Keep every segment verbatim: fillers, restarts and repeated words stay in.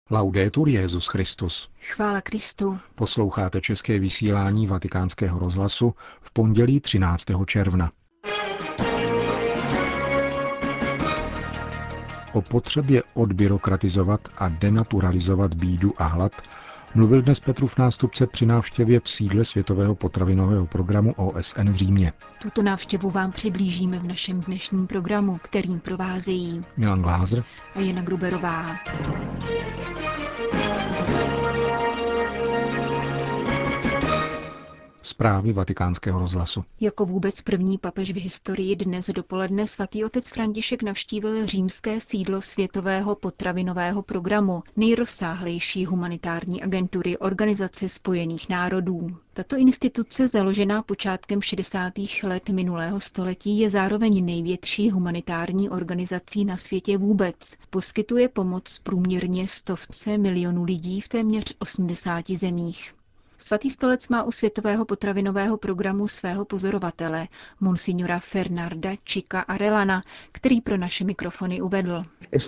Laudetur Jesus Christus. Chvála Kristu. Posloucháte české vysílání Vatikánského rozhlasu v pondělí třináctého června. O potřebě odbyrokratizovat a denaturalizovat bídu a hlad mluvil dnes Petrův nástupce při návštěvě v sídle Světového potravinového programu O S N v Římě. Tuto návštěvu vám přiblížíme v našem dnešním programu, kterým provázejí Milan Glázer a Jana Gruberová. Zprávy Vatikánského rozhlasu. Jako vůbec první papež v historii dnes dopoledne svatý otec František navštívil římské sídlo Světového potravinového programu, nejrozsáhlejší humanitární agentury Organizace spojených národů. Tato instituce, založená počátkem šedesátých let minulého století, je zároveň největší humanitární organizací na světě vůbec. Poskytuje pomoc průměrně stovce milionů lidí v téměř osmdesáti zemích. Svatý stolec má u Světového potravinového programu svého pozorovatele, monsignora Fernanda Chica Arellana, který pro naše mikrofony uvedl.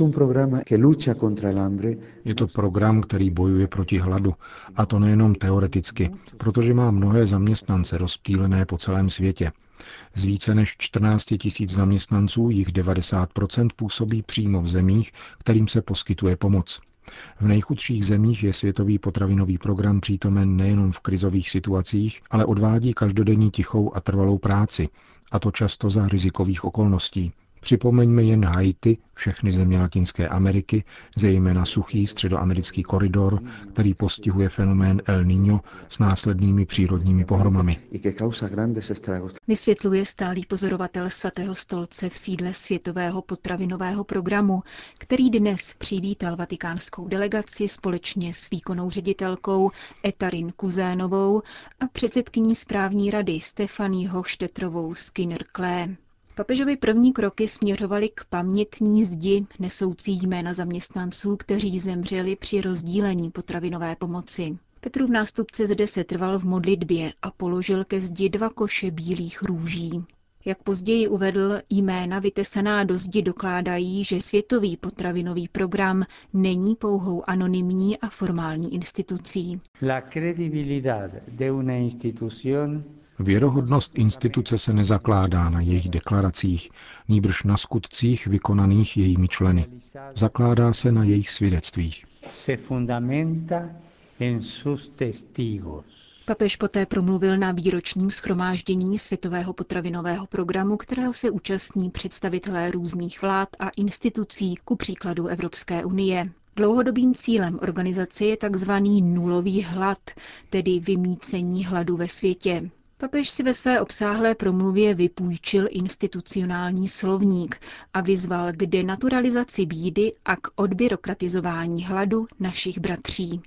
Je to program, který bojuje proti hladu, a to nejenom teoreticky, protože má mnohé zaměstnance rozptýlené po celém světě. Z více než čtrnáct tisíc zaměstnanců jich devadesát procent působí přímo v zemích, kterým se poskytuje pomoc. V nejchudších zemích je Světový potravinový program přítomen nejenom v krizových situacích, ale odvádí každodenní tichou a trvalou práci, a to často za rizikových okolností. Připomeňme jen Haiti, všechny země Latinské Ameriky, zejména suchý středoamerický koridor, který postihuje fenomén El Niño s následnými přírodními pohromami. Vysvětluje stálý pozorovatel Svatého stolce v sídle Světového potravinového programu, který dnes přivítal vatikánskou delegaci společně s výkonnou ředitelkou Etarin Kuzénovou a předsedkyní správní rady Stephanie Hofstetterovou Skinner-Klee. Papežovi první kroky směřovaly k pamětní zdi nesoucí jména zaměstnanců, kteří zemřeli při rozdílení potravinové pomoci. Petrův nástupce zde se trval v modlitbě a položil ke zdi dva koše bílých růží. Jak později uvedl, jména vytesaná do zdi dokládají, že Světový potravinový program není pouhou anonymní a formální institucí. Věrohodnost instituce se nezakládá na jejich deklaracích, nýbrž na skutcích vykonaných jejími členy. Zakládá se na jejich svědectvích. Papež poté promluvil na výročním shromáždění Světového potravinového programu, kterého se účastní představitelé různých vlád a institucí, ku příkladu Evropské unie. Dlouhodobým cílem organizace je tzv. Nulový hlad, tedy vymýcení hladu ve světě. Papež si ve své obsáhlé promluvě vypůjčil institucionální slovník a vyzval k denaturalizaci bídy a k odbyrokratizování hladu našich bratří.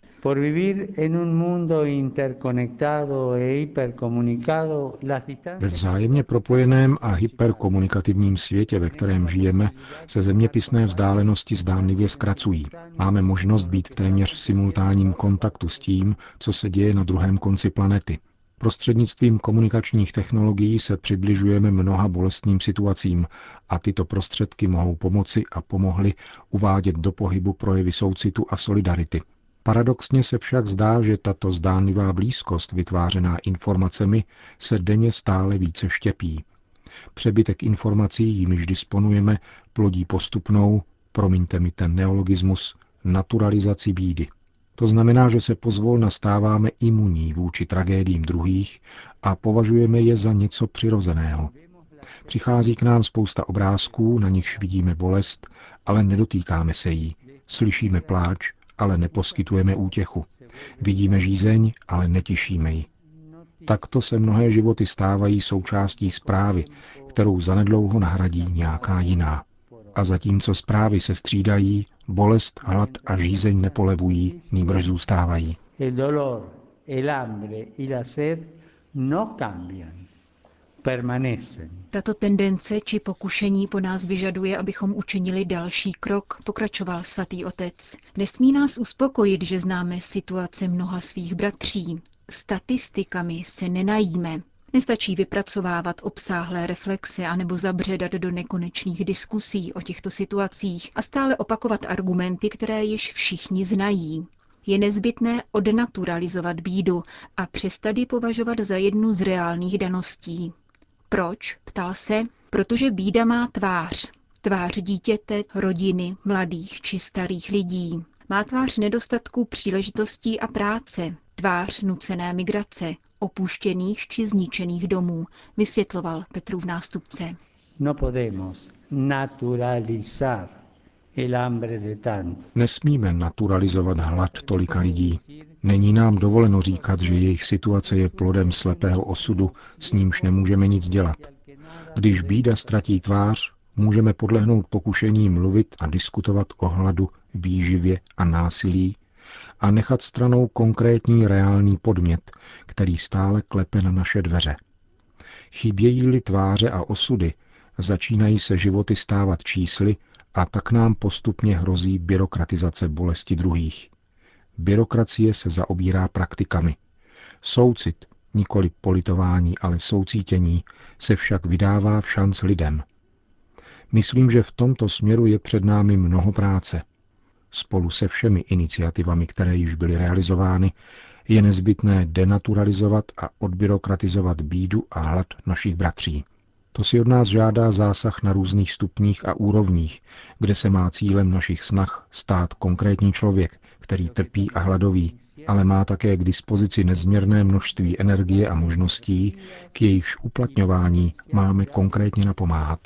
Ve vzájemně propojeném a hyperkomunikativním světě, ve kterém žijeme, se zeměpisné vzdálenosti zdánlivě zkracují. Máme možnost být v téměř simultánním kontaktu s tím, co se děje na druhém konci planety. Prostřednictvím komunikačních technologií se přibližujeme mnoha bolestným situacím a tyto prostředky mohou pomoci a pomohly uvádět do pohybu projevy soucitu a solidarity. Paradoxně se však zdá, že tato zdánlivá blízkost vytvářená informacemi se denně stále více štěpí. Přebytek informací, jimiž disponujeme, plodí postupnou, promiňte mi ten neologismus, naturalizaci bídy. To znamená, že se pozvolna stáváme imunní vůči tragédiím druhých a považujeme je za něco přirozeného. Přichází k nám spousta obrázků, na nichž vidíme bolest, ale nedotýkáme se jí. Slyšíme pláč, ale neposkytujeme útěchu. Vidíme žízeň, ale netišíme ji. Takto se mnohé životy stávají součástí zprávy, kterou zanedlouho nahradí nějaká jiná. A zatímco zprávy se střídají, bolest, hlad a žízeň nepolevují, nýbrž zůstávají. Tato tendence či pokušení po nás vyžaduje, abychom učinili další krok, pokračoval svatý otec. Nesmí nás uspokojit, že známe situace mnoha svých bratří. Statistikami se nenajíme. Nestačí vypracovávat obsáhlé reflexe anebo zabředat do nekonečných diskusí o těchto situacích a stále opakovat argumenty, které již všichni znají. Je nezbytné odnaturalizovat bídu a přestat ji považovat za jednu z reálných daností. Proč? Ptal se. Protože bída má tvář. Tvář dítěte, rodiny, mladých či starých lidí. Má tvář nedostatku příležitostí a práce, tvář nucené migrace, opuštěných či zničených domů, vysvětloval Petrův nástupce. No podemos naturalizar el hambre de tanto. Nesmíme naturalizovat hlad tolika lidí. Není nám dovoleno říkat, že jejich situace je plodem slepého osudu, s nímž nemůžeme nic dělat. Když bída ztratí tvář, můžeme podlehnout pokušení mluvit a diskutovat o hladu, výživě a násilí a nechat stranou konkrétní reálný podmět, který stále klepe na naše dveře. Chybějí-li tváře a osudy, začínají se životy stávat čísly a tak nám postupně hrozí byrokratizace bolesti druhých. Byrokracie se zaobírá praktikami. Soucit, nikoli politování, ale soucítění, se však vydává v šanc lidem. Myslím, že v tomto směru je před námi mnoho práce. Spolu se všemi iniciativami, které již byly realizovány, je nezbytné denaturalizovat a odbyrokratizovat bídu a hlad našich bratří. To si od nás žádá zásah na různých stupních a úrovních, kde se má cílem našich snah stát konkrétní člověk, který trpí a hladoví, ale má také k dispozici nezměrné množství energie a možností, k jejichž uplatňování máme konkrétně napomáhat.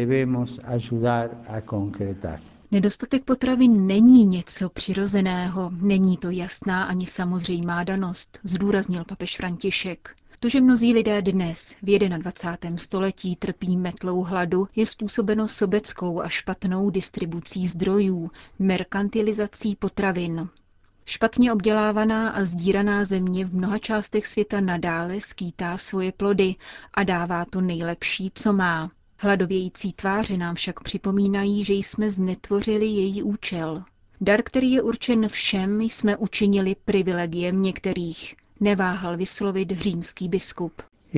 Nedostatek potravin není něco přirozeného, není to jasná ani samozřejmá danost, zdůraznil papež František. To, že mnozí lidé dnes v dvacátém prvním století trpí metlou hladu, je způsobeno sobeckou a špatnou distribucí zdrojů, merkantilizací potravin. Špatně obdělávaná a sdíraná země v mnoha částech světa nadále skýtá svoje plody a dává to nejlepší, co má. Hladovějící tváře nám však připomínají, že jsme znetvořili její účel. Dar, který je určen všem, jsme učinili privilegiem některých, neváhal vyslovit římský biskup.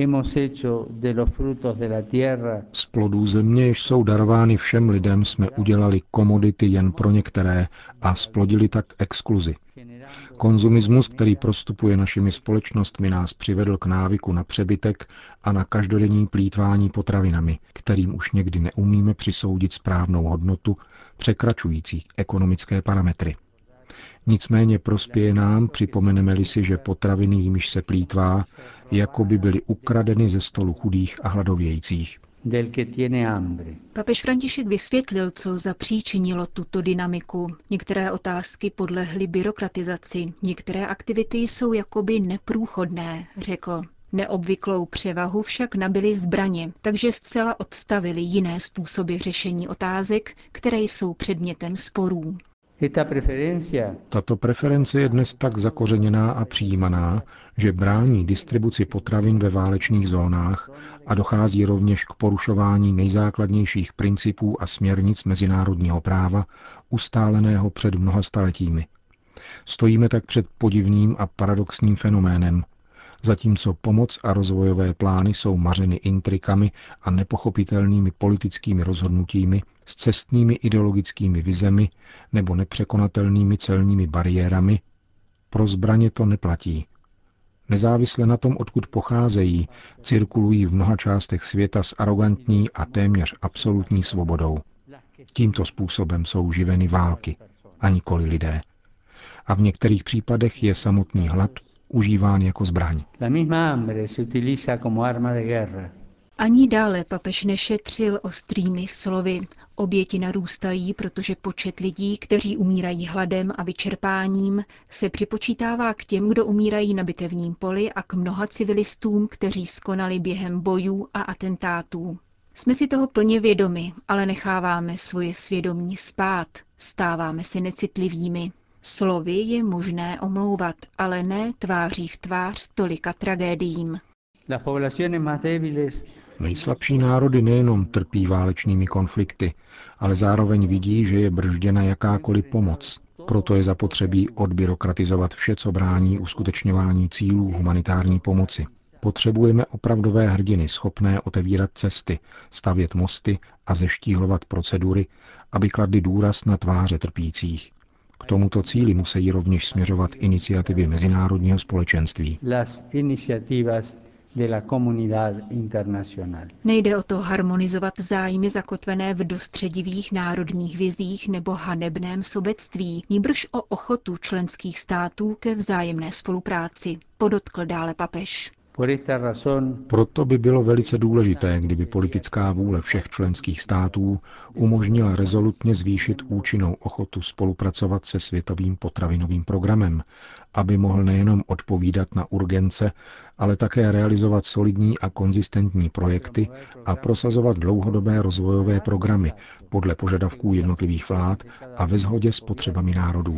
Z plodů země, jež jsou darovány všem lidem, jsme udělali komodity jen pro některé a splodili tak exkluzi. Konzumismus, který prostupuje našimi společnostmi, nás přivedl k návyku na přebytek a na každodenní plýtvání potravinami, kterým už někdy neumíme přisoudit správnou hodnotu, překračující ekonomické parametry. Nicméně prospěje nám, připomeneme-li si, že potraviny, jimiž se plýtvá, jako by byly ukradeny ze stolu chudých a hladovějících. Papež František vysvětlil, co zapříčinilo tuto dynamiku. Některé otázky podlehly byrokratizaci, některé aktivity jsou jakoby neprůchodné, řekl. Neobvyklou převahu však nabyly zbraně, takže zcela odstavili jiné způsoby řešení otázek, které jsou předmětem sporů. Tato preference je dnes tak zakořeněná a přijímaná, že brání distribuci potravin ve válečných zónách a dochází rovněž k porušování nejzákladnějších principů a směrnic mezinárodního práva, ustáleného před mnoha staletími. Stojíme tak před podivným a paradoxním fenoménem. Zatímco pomoc a rozvojové plány jsou mařeny intrikami a nepochopitelnými politickými rozhodnutími, s cestnými ideologickými vizemi nebo nepřekonatelnými celními bariérami, pro zbraně to neplatí. Nezávisle na tom, odkud pocházejí, cirkulují v mnoha částech světa s arogantní a téměř absolutní svobodou. Tímto způsobem jsou živeny války, a nikoli lidé. A v některých případech je samotný hlad užíván jako zbraň. Ani dále papež nešetřil ostrými slovy. Oběti narůstají, protože počet lidí, kteří umírají hladem a vyčerpáním, se připočítává k těm, kdo umírají na bitevním poli a k mnoha civilistům, kteří skonali během bojů a atentátů. Jsme si toho plně vědomi, ale necháváme svoje svědomí spát, stáváme se necitlivými. Slovy je možné omlouvat, ale ne tváří v tvář tolika tragédiím. Nejslabší národy nejenom trpí válečnými konflikty, ale zároveň vidí, že je bržděna jakákoliv pomoc. Proto je zapotřebí odbyrokratizovat vše, co brání uskutečňování cílů humanitární pomoci. Potřebujeme opravdové hrdiny, schopné otevírat cesty, stavět mosty a zeštíhlovat procedury, aby kladli důraz na tváře trpících. K tomuto cíli musí rovněž směřovat iniciativy mezinárodního společenství. Nejde o to harmonizovat zájmy zakotvené v dostředivých národních vizích nebo hanebném sobectví, nýbrž o ochotu členských států ke vzájemné spolupráci, podotkl dále papež. Proto by bylo velice důležité, kdyby politická vůle všech členských států umožnila rezolutně zvýšit účinnou ochotu spolupracovat se Světovým potravinovým programem, aby mohl nejenom odpovídat na urgence, ale také realizovat solidní a konzistentní projekty a prosazovat dlouhodobé rozvojové programy podle požadavků jednotlivých vlád a ve shodě s potřebami národů.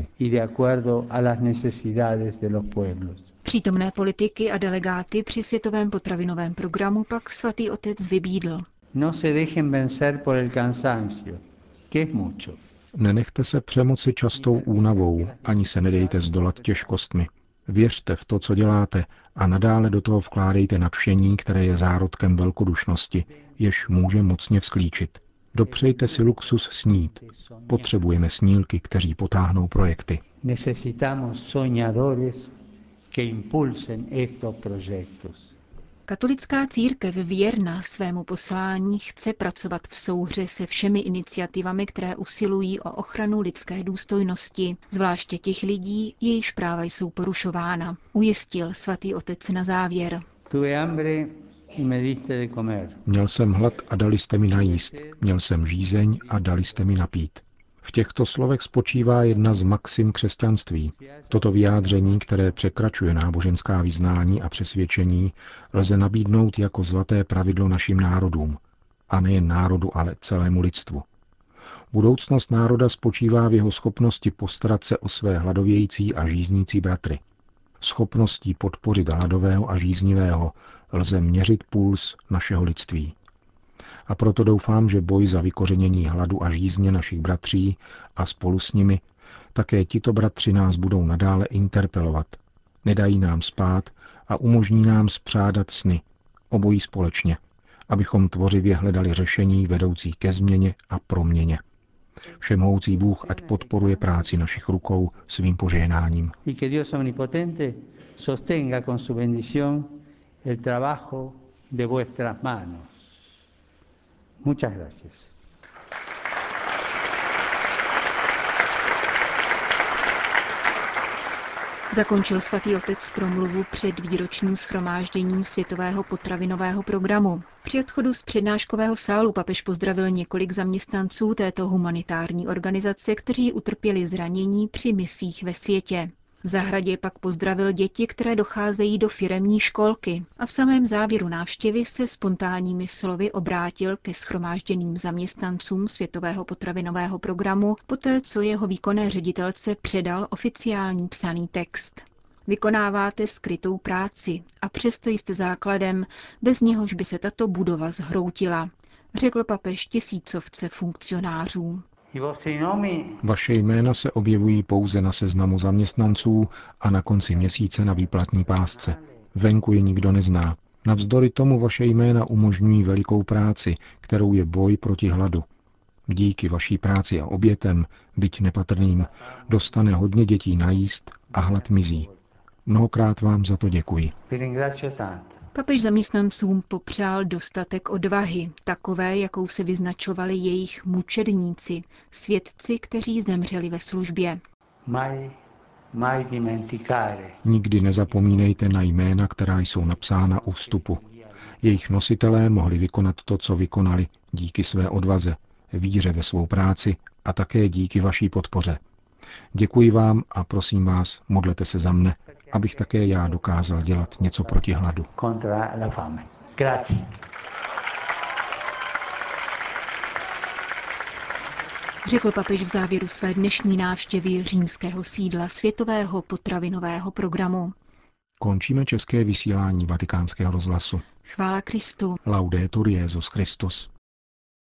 Přítomné politiky a delegáty při Světovém potravinovém programu pak svatý otec vybídl. No se dejen vencer por el cansancio, que es mucho. Nenechte se přemoci častou únavou, ani se nedejte zdolat těžkostmi. Věřte v to, co děláte, a nadále do toho vkládejte nadšení, které je zárodkem velkodušnosti, jež může mocně vzklíčit. Dopřejte si luxus snít. Potřebujeme snílky, kteří potáhnou projekty. Necesitamos soñadores que impulsen estos proyectos. Katolická církev věrná svému poslání chce pracovat v souhře se všemi iniciativami, které usilují o ochranu lidské důstojnosti, zvláště těch lidí, jejichž práva jsou porušována, ujistil svatý otec na závěr. Měl jsem hlad a dali jste mi najíst, měl jsem žízeň a dali jste mi napít. V těchto slovech spočívá jedna z maxim křesťanství. Toto vyjádření, které překračuje náboženská vyznání a přesvědčení, lze nabídnout jako zlaté pravidlo našim národům. A nejen národu, ale celému lidstvu. Budoucnost národa spočívá v jeho schopnosti postarat se o své hladovějící a žíznící bratry. Schopností podpořit hladového a žíznivého lze měřit puls našeho lidství. A proto doufám, že boj za vykořenění hladu a žízně našich bratří a spolu s nimi také tito bratři nás budou nadále interpelovat, nedají nám spát a umožní nám spřádat sny, obojí společně, abychom tvořivě hledali řešení vedoucí ke změně a proměně. Všemohoucí Bůh ať podporuje práci našich rukou svým požehnáním. Muchas gracias. Zakončil svatý otec promluvu před výročním shromážděním Světového potravinového programu. Při odchodu z přednáškového sálu papež pozdravil několik zaměstnanců této humanitární organizace, kteří utrpěli zranění při misích ve světě. V zahradě pak pozdravil děti, které docházejí do firemní školky, a v samém závěru návštěvy se spontánními slovy obrátil ke shromážděným zaměstnancům Světového potravinového programu, poté co jeho výkonné ředitelce předal oficiální psaný text. Vykonáváte skrytou práci a přesto jste základem, bez něhož by se tato budova zhroutila, řekl papež tisícovce funkcionářů. Vaše jména se objevují pouze na seznamu zaměstnanců a na konci měsíce na výplatní pásce. Venku je nikdo nezná. Navzdory tomu vaše jména umožňují velikou práci, kterou je boj proti hladu. Díky vaší práci a obětem, byť nepatrným, dostane hodně dětí najíst a hlad mizí. Mnohokrát vám za to děkuji. Papež zaměstnancům popřál dostatek odvahy, takové, jakou se vyznačovali jejich mučedníci, svědci, kteří zemřeli ve službě. Nikdy nezapomínejte na jména, která jsou napsána u vstupu. Jejich nositelé mohli vykonat to, co vykonali, díky své odvaze, víře ve svou práci a také díky vaší podpoře. Děkuji vám a prosím vás, modlete se za mne, abych také já dokázal dělat něco proti hladu. Řekl papež v závěru své dnešní návštěvy římského sídla Světového potravinového programu. Končíme české vysílání Vatikánského rozhlasu. Chvála Kristu. Laudetur Jesus Christus.